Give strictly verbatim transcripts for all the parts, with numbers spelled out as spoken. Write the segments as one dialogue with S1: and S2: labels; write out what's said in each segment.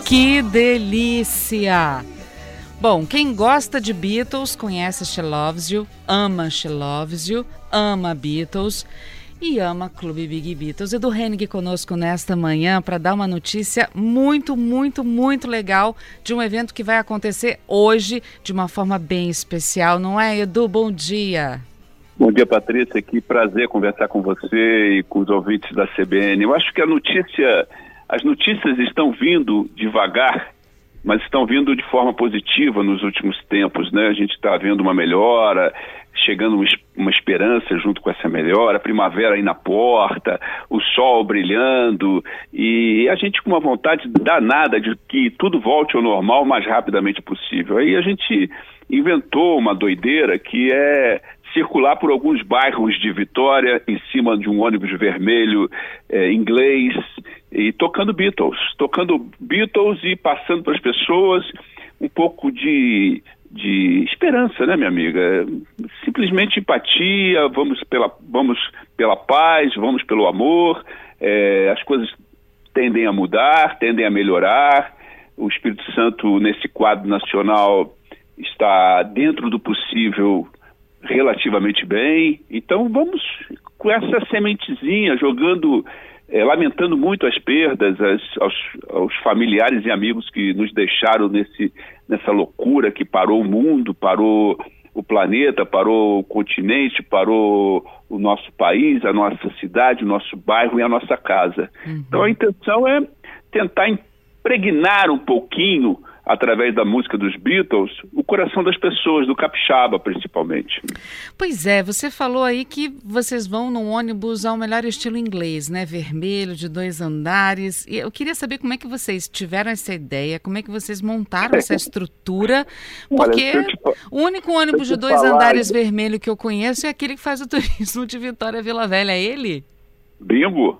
S1: Que delícia! Bom, quem gosta de Beatles conhece She Loves You, ama She Loves You, ama Beatles e ama Clube Big Beatles. Edu Hennig conosco nesta manhã para dar uma notícia muito, muito, muito legal de um evento que vai acontecer hoje de uma forma bem especial, não é, Edu? Bom dia!
S2: Bom dia, Patrícia. Que prazer conversar com você e com os ouvintes da C B N. Eu acho que a notícia, as notícias estão vindo devagar, mas estão vindo de forma positiva nos últimos tempos, né? A gente está vendo uma melhora, chegando uma esperança junto com essa melhora, a primavera aí na porta, o sol brilhando, e a gente com uma vontade danada de que tudo volte ao normal o mais rapidamente possível. Aí a gente inventou uma doideira que é circular por alguns bairros de Vitória em cima de um ônibus vermelho é, inglês e tocando Beatles, tocando Beatles e passando para as pessoas um pouco de, de esperança, né, minha amiga? Simplesmente empatia, vamos pela, vamos pela paz, vamos pelo amor, é, as coisas tendem a mudar, tendem a melhorar, o Espírito Santo nesse quadro nacional está dentro do possível relativamente bem, então vamos com essa sementezinha, jogando, é, lamentando muito as perdas as, aos, aos familiares e amigos que nos deixaram nesse, nessa loucura que parou o mundo, parou o planeta, parou o continente, parou o nosso país, a nossa cidade, o nosso bairro e a nossa casa. Uhum. Então a intenção é tentar impregnar um pouquinho, através da música dos Beatles, o coração das pessoas, do capixaba principalmente.
S1: Pois é, você falou aí que vocês vão num ônibus ao melhor estilo inglês, né? Vermelho, de dois andares. E eu queria saber como é que vocês tiveram essa ideia, como é que vocês montaram essa estrutura, porque Olha, te... o único ônibus de dois falar... andares vermelho que eu conheço é aquele que faz o turismo de Vitória Vila Velha, é ele?
S2: Bingo!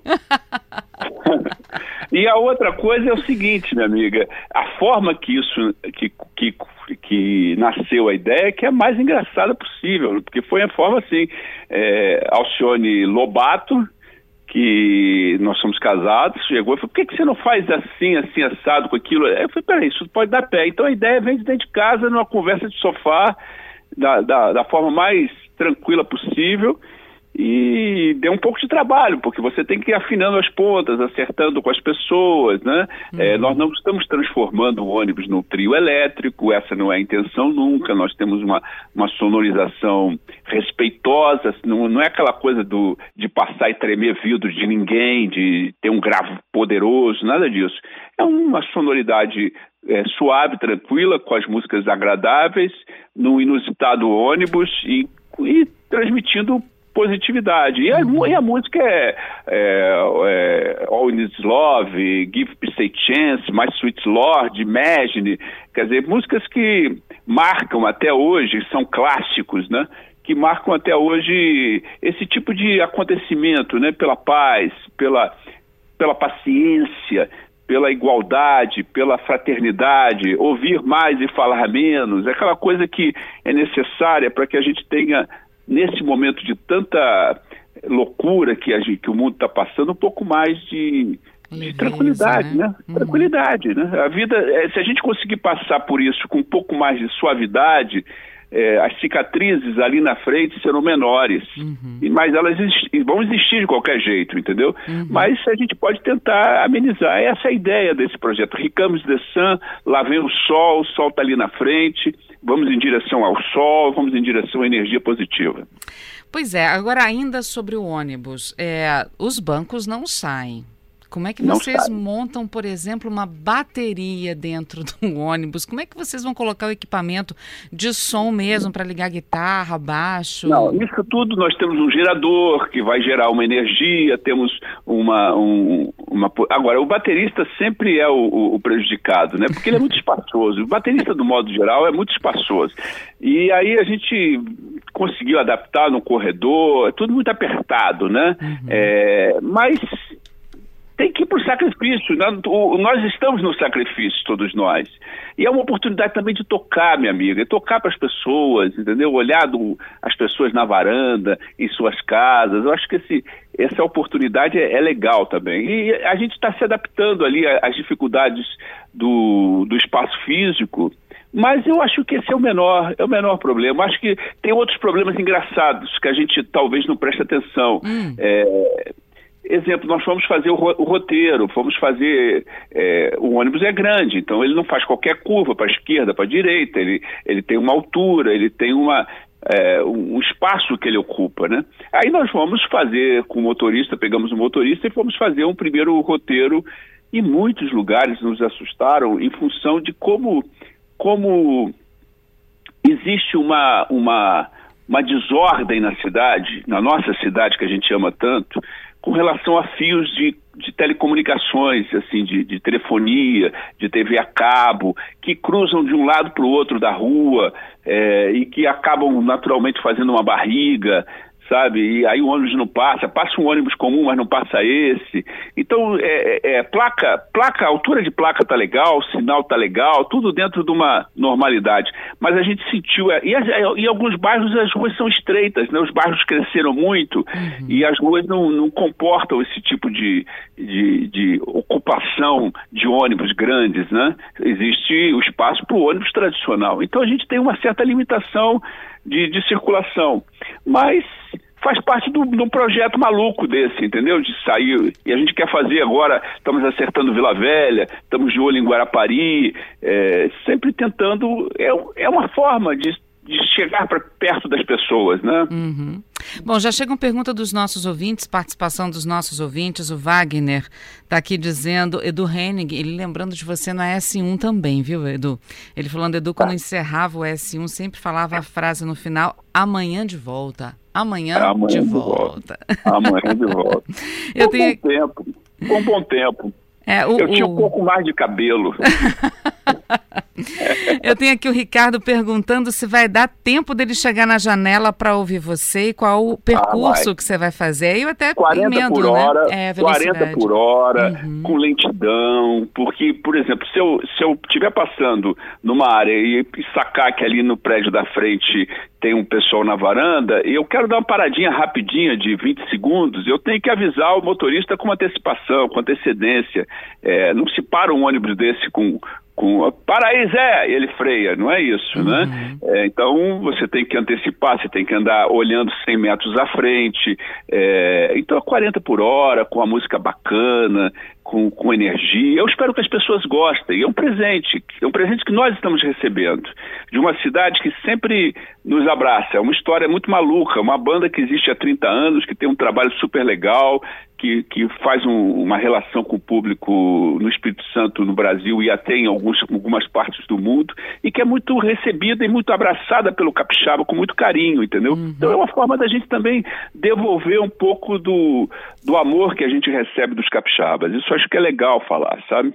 S2: E a outra coisa é o seguinte, minha amiga, a forma que isso, que, que, que nasceu a ideia é que é a mais engraçada possível, porque foi a forma assim, é, Alcione Lobato, que nós somos casados, chegou e falou, por que, que você não faz assim, assim, assado com aquilo? Eu falei, peraí, isso pode dar pé. Então a ideia vem de dentro de casa, numa conversa de sofá, da, da, da forma mais tranquila possível. E deu um pouco de trabalho, porque você tem que ir afinando as pontas, acertando com as pessoas, né? Uhum. É, nós não estamos transformando o ônibus num trio elétrico, essa não é a intenção nunca, nós temos uma, uma sonorização respeitosa, não, não é aquela coisa do, de passar e tremer vidro de ninguém, de ter um grave poderoso, nada disso. É uma sonoridade é, suave, tranquila, com as músicas agradáveis, num inusitado ônibus e, e transmitindo positividade. E a, e a música é, é, é All In Is Love, Give Peace a Chance, My Sweet Lord, Imagine, quer dizer, músicas que marcam até hoje, são clássicos, né? Que marcam até hoje esse tipo de acontecimento, né? Pela paz, pela, pela paciência, pela igualdade, pela fraternidade, ouvir mais e falar menos, é aquela coisa que é necessária para que a gente tenha, nesse momento de tanta loucura que, a gente, que o mundo está passando, um pouco mais de, de tranquilidade, né? né? Uhum. Tranquilidade, né? A vida, é, se a gente conseguir passar por isso com um pouco mais de suavidade, é, as cicatrizes ali na frente serão menores, uhum. e, mas elas existi, vão existir de qualquer jeito, entendeu? Uhum. Mas a gente pode tentar amenizar. Essa é a ideia desse projeto. Ricamos de Sun, lá vem o sol, o sol está ali na frente, vamos em direção ao sol, vamos em direção à energia positiva.
S1: Pois é, agora ainda sobre o ônibus, é, os bancos não saem. Como é que vocês montam, por exemplo, uma bateria dentro do ônibus? Como é que vocês vão colocar o equipamento de som mesmo para ligar guitarra, baixo?
S2: Não, isso tudo nós temos um gerador que vai gerar uma energia, temos uma... Um, uma... Agora, o baterista sempre é o, o prejudicado, né? Porque ele é muito espaçoso. O baterista, do modo geral, é muito espaçoso. E aí a gente conseguiu adaptar no corredor, é tudo muito apertado, né? Uhum. É, mas... tem que ir para o sacrifício. Nós estamos no sacrifício, todos nós. E é uma oportunidade também de tocar, minha amiga, tocar para as pessoas, entendeu? Olhar do, as pessoas na varanda, em suas casas. Eu acho que esse, essa oportunidade é, é legal também. E a gente está se adaptando ali às dificuldades do, do espaço físico, mas eu acho que esse é o menor, é o menor problema. Acho que tem outros problemas engraçados que a gente talvez não preste atenção. Hum. É... Exemplo, nós fomos fazer o, ro o roteiro, fomos fazer... É, o ônibus é grande, então ele não faz qualquer curva para a esquerda, para a direita, ele, ele tem uma altura, ele tem uma, é, um espaço que ele ocupa, né? Aí nós fomos fazer com o motorista, pegamos o motorista e fomos fazer um primeiro roteiro, e muitos lugares nos assustaram em função de como, como existe uma, uma, uma desordem na cidade, na nossa cidade que a gente ama tanto, com relação a fios de, de telecomunicações, assim, de, de telefonia, de T V a cabo, que cruzam de um lado para o outro da rua é, e que acabam naturalmente fazendo uma barriga, sabe? E aí o ônibus não passa, passa um ônibus comum, mas não passa esse. Então, é, é, placa, placa, a altura de placa tá legal, o sinal tá legal, tudo dentro de uma normalidade. Mas a gente sentiu, e em alguns bairros as ruas são estreitas, né? Os bairros cresceram muito, uhum. E as ruas não, não comportam esse tipo de, de, de ocupação de ônibus grandes, né? Existe o espaço para o ônibus tradicional. Então a gente tem uma certa limitação de, de circulação, mas faz parte de um projeto maluco desse, entendeu? De sair, e a gente quer fazer agora, estamos acertando Vila Velha, estamos de olho em Guarapari, é, sempre tentando, é, é uma forma de, de chegar para perto das pessoas, né?
S1: Uhum. Bom, já chega uma pergunta dos nossos ouvintes, participação dos nossos ouvintes. O Wagner está aqui dizendo, Edu Henning, ele lembrando de você no S um também, viu, Edu? Ele falando, Edu, quando encerrava o S um, sempre falava a frase no final, amanhã de volta, amanhã, amanhã de, de volta. volta.
S2: Amanhã de volta.
S1: Eu
S2: um
S1: tenho...
S2: bom tempo, um bom tempo.
S1: É, o,
S2: eu tinha
S1: o...
S2: um pouco mais de cabelo.
S1: Eu tenho aqui o Ricardo perguntando se vai dar tempo dele chegar na janela para ouvir você e qual o percurso ah, que você vai fazer. Eu até
S2: quarenta
S1: emendo,
S2: por hora,
S1: né? É,
S2: quarenta por hora,
S1: uhum.
S2: com lentidão, porque, por exemplo, se eu se eu estiver passando numa área e sacar que ali no prédio da frente tem um pessoal na varanda, e eu quero dar uma paradinha rapidinha de vinte segundos, eu tenho que avisar o motorista com antecipação, com antecedência. É, não se para um ônibus desse com... Com, para aí, Zé, ele freia, não é isso, uhum. né? É, então, você tem que antecipar, você tem que andar olhando cem metros à frente, é, então, a quarenta por hora, com a música bacana, com, com energia. Eu espero que as pessoas gostem. É um presente, é um presente que nós estamos recebendo, de uma cidade que sempre nos abraça. É uma história muito maluca, uma banda que existe há trinta anos, que tem um trabalho super legal, que, que faz um, uma relação com o público no Espírito Santo, no Brasil e até em alguns, algumas partes do mundo, e que é muito recebida e muito abraçada pelo capixaba com muito carinho, entendeu? Uhum. Então é uma forma da gente também devolver um pouco do, do amor que a gente recebe dos capixabas. Isso eu acho que é legal falar, sabe?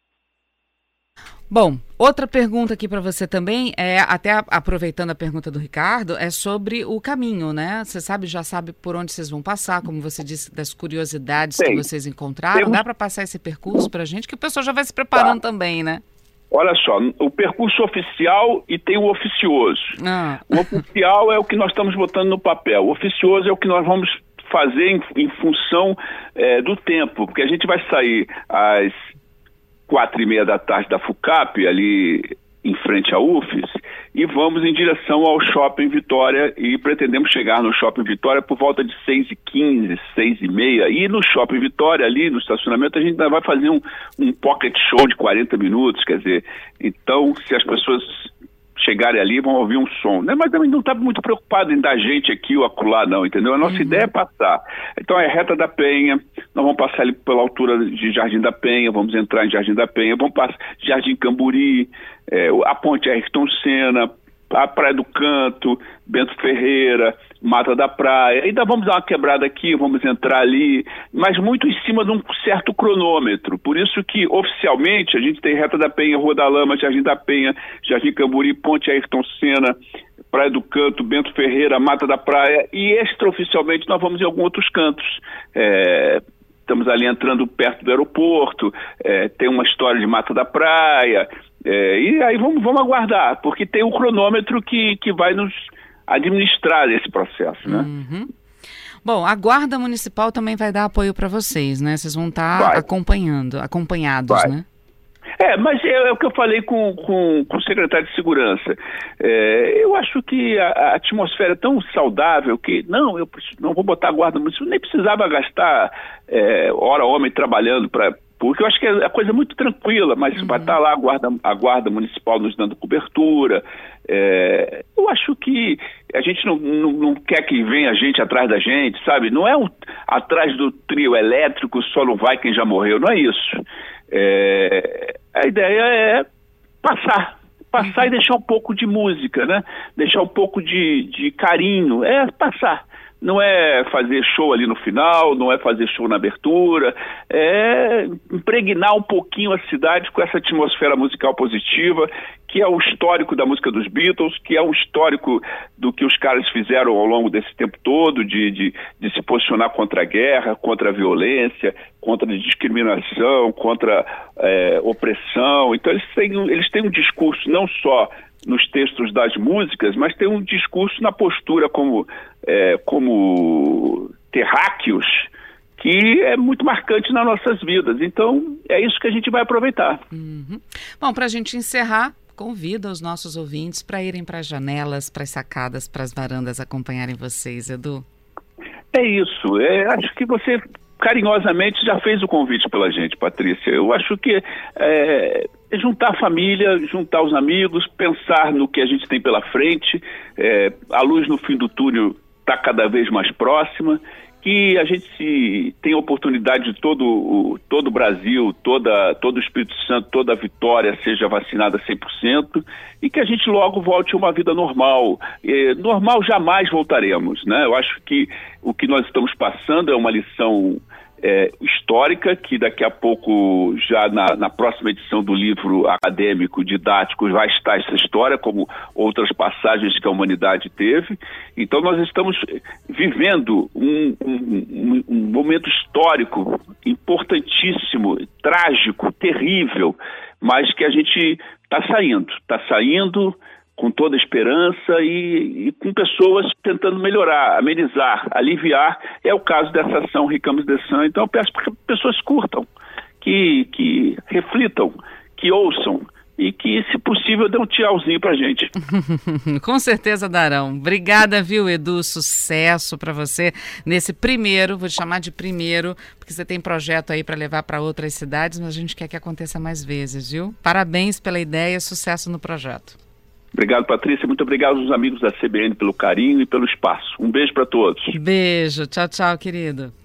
S1: Bom, outra pergunta aqui para você também, é até aproveitando a pergunta do Ricardo, é sobre o caminho, né? Você sabe, já sabe por onde vocês vão passar, como você disse, das curiosidades Sim. que vocês encontraram. Temos... Dá para passar esse percurso para a gente, que o pessoal já vai se preparando tá. também, né?
S2: Olha só, o percurso oficial e tem o oficioso. Ah. O oficial é o que nós estamos botando no papel, o oficioso é o que nós vamos fazer em, em função é, do tempo, porque a gente vai sair às quatro e meia da tarde da FUCAP, ali em frente à U F S, e vamos em direção ao Shopping Vitória, e pretendemos chegar no Shopping Vitória por volta de seis e quinze, seis e meia, e no Shopping Vitória, ali no estacionamento, a gente ainda vai fazer um, um pocket show de quarenta minutos, quer dizer, então, se as pessoas chegarem ali, vão ouvir um som, né? Mas também não está muito preocupado em dar gente aqui ou acolá, não, entendeu? A nossa uhum. ideia é passar. Então é Reta da Penha, nós vamos passar ali pela altura de Jardim da Penha, vamos entrar em Jardim da Penha, vamos passar Jardim Camburi, é, a Ponte Ayrton Senna, a Praia do Canto, Bento Ferreira, Mata da Praia, ainda vamos dar uma quebrada aqui, vamos entrar ali, mas muito em cima de um certo cronômetro, por isso que oficialmente a gente tem Reta da Penha, Rua da Lama, Jardim da Penha, Jardim Camburi, Ponte Ayrton Senna, Praia do Canto, Bento Ferreira, Mata da Praia, e extraoficialmente nós vamos em alguns outros cantos, é, estamos ali entrando perto do aeroporto, é, tem uma história de Mata da Praia, é, e aí vamos, vamos aguardar, porque tem um cronômetro que, que vai nos administrar esse processo, né?
S1: Uhum. Bom, a Guarda Municipal também vai dar apoio para vocês, né? Vocês vão estar acompanhando, acompanhados, vai. né?
S2: É, mas é, é o que eu falei com, com, com o secretário de Segurança. É, eu acho que a, a atmosfera é tão saudável que, não, eu não vou botar a Guarda Municipal, nem precisava gastar é, hora homem trabalhando para... Porque eu acho que a coisa é muito tranquila, mas uhum. vai estar lá a guarda, a guarda Municipal nos dando cobertura. É, eu acho que a gente não, não, não quer que venha gente atrás da gente, sabe? Não é um, atrás do trio elétrico só não vai quem já morreu, não é isso. É, a ideia é passar, passar uhum. e deixar um pouco de música, né? Deixar um pouco de, de carinho, é passar. Não é fazer show ali no final, não é fazer show na abertura, é impregnar um pouquinho a cidade com essa atmosfera musical positiva, que é o histórico da música dos Beatles, que é o histórico do que os caras fizeram ao longo desse tempo todo, de, de, de se posicionar contra a guerra, contra a violência, contra a discriminação, contra é, opressão. Então eles têm, eles têm um discurso não só nos textos das músicas, mas tem um discurso na postura como, é, como terráqueos, que é muito marcante nas nossas vidas. Então, é isso que a gente vai aproveitar.
S1: Uhum. Bom, para a gente encerrar, convida os nossos ouvintes para irem para as janelas, para as sacadas, para as varandas acompanharem vocês, Edu.
S2: É isso. É, acho que você carinhosamente já fez o convite pela gente, Patrícia. Eu acho que é, é juntar a família, juntar os amigos, pensar no que a gente tem pela frente. É, a luz no fim do túnel está cada vez mais próxima, que a gente se, tem a oportunidade de todo o todo o Brasil, toda, todo o Espírito Santo, toda a Vitória seja vacinada cem por cento e que a gente logo volte a uma vida normal. É, normal jamais voltaremos, né? Eu acho que o que nós estamos passando é uma lição é, histórica, que daqui a pouco, já na, na próxima edição do livro acadêmico didático, vai estar essa história, como outras passagens que a humanidade teve. Então nós estamos vivendo um, um, um momento histórico importantíssimo, trágico, terrível, mas que a gente está saindo, está saindo com toda a esperança e, e com pessoas tentando melhorar, amenizar, aliviar. É o caso dessa ação Ricamos de Sun. Então eu peço que as pessoas curtam, que, que reflitam, que ouçam e que, se possível, dê um tchauzinho pra gente.
S1: Com certeza darão. Obrigada, viu, Edu? Sucesso para você nesse primeiro, vou te chamar de primeiro, porque você tem projeto aí para levar para outras cidades, mas a gente quer que aconteça mais vezes, viu? Parabéns pela ideia, sucesso no projeto.
S2: Obrigado, Patrícia. Muito obrigado aos amigos da C B N pelo carinho e pelo espaço. Um beijo para todos.
S1: Beijo. Tchau, tchau, querido.